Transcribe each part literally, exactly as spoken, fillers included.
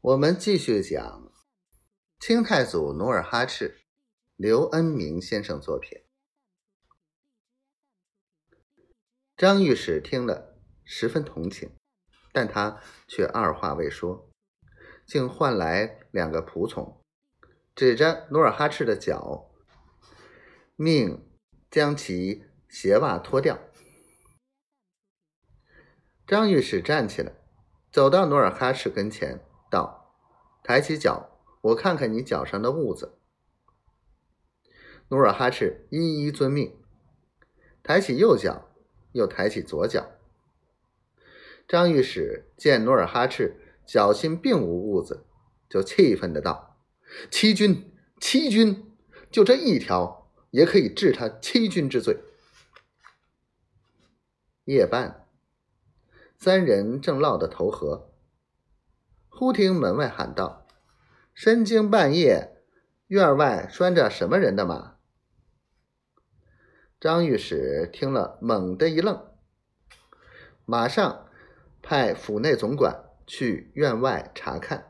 我们继续讲清太祖努尔哈赤，刘恩明先生作品。张御史听了十分同情，但他却二话未说，竟唤来两个仆从，指着努尔哈赤的脚，命将其鞋袜脱掉。张御史站起来，走到努尔哈赤跟前，道：抬起脚，我看看你脚上的痦子。努尔哈赤一一遵命，抬起右脚，又抬起左脚。张御史见努尔哈赤脚心并无痦子，就气愤的道：欺君，欺君，就这一条也可以治他欺君之罪。夜半，三人正落得投河，忽听门外喊道：深更半夜，院外拴着什么人的马？张御史听了猛地一愣，马上派府内总管去院外查看。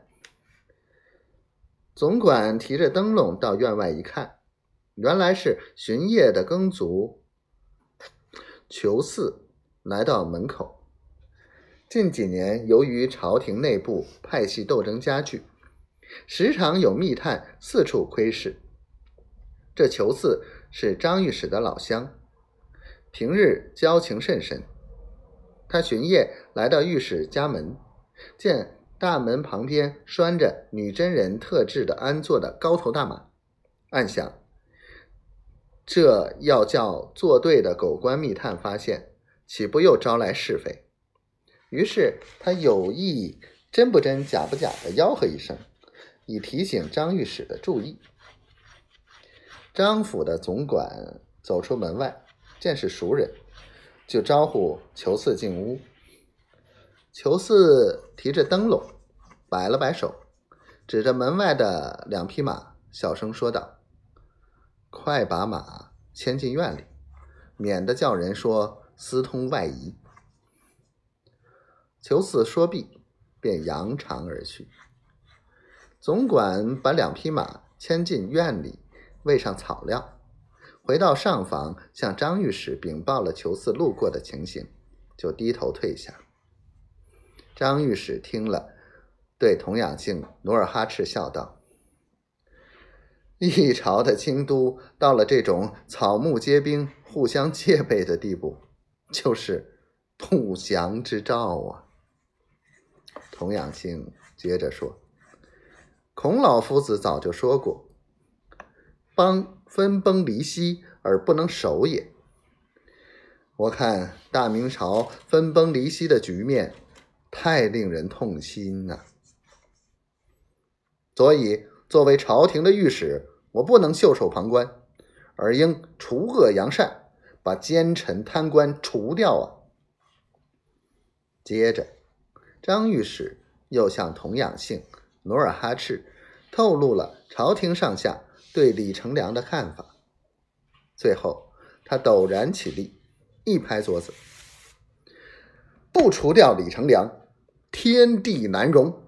总管提着灯笼到院外一看，原来是巡夜的耕卒裘四来到门口。近几年由于朝廷内部派系斗争加剧，时常有密探四处窥视。这裘四是张御史的老乡，平日交情甚深。他巡夜来到御史家门，见大门旁边拴着女真人特制的安坐的高头大马，暗想这要叫作对的狗官密探发现，岂不又招来是非？于是他有意真不真假不假的吆喝一声，以提醒张御史的注意。张府的总管走出门外，见是熟人，就招呼裘四进屋。裘四提着灯笼，摆了摆手，指着门外的两匹马，小声说道：快把马牵进院里，免得叫人说私通外夷。裘四说毕，便扬长而去。总管把两匹马牵进院里，喂上草料，回到上房，向张御史禀报了裘四路过的情形，就低头退下。张御史听了，对童养性努尔哈赤笑道：一朝的京都到了这种草木皆兵、互相戒备的地步，就是不祥之兆啊。童养性接着说：孔老夫子早就说过，邦分崩离析而不能守也。我看大明朝分崩离析的局面太令人痛心啊！所以作为朝廷的御史，我不能袖手旁观，而应除恶扬善，把奸臣贪官除掉啊！接着张御史又向童养性、努尔哈赤透露了朝廷上下对李成梁的看法。最后他陡然起立，一拍桌子：不除掉李成梁，天地难容。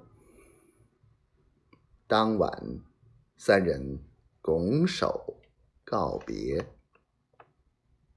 当晚三人拱手告别。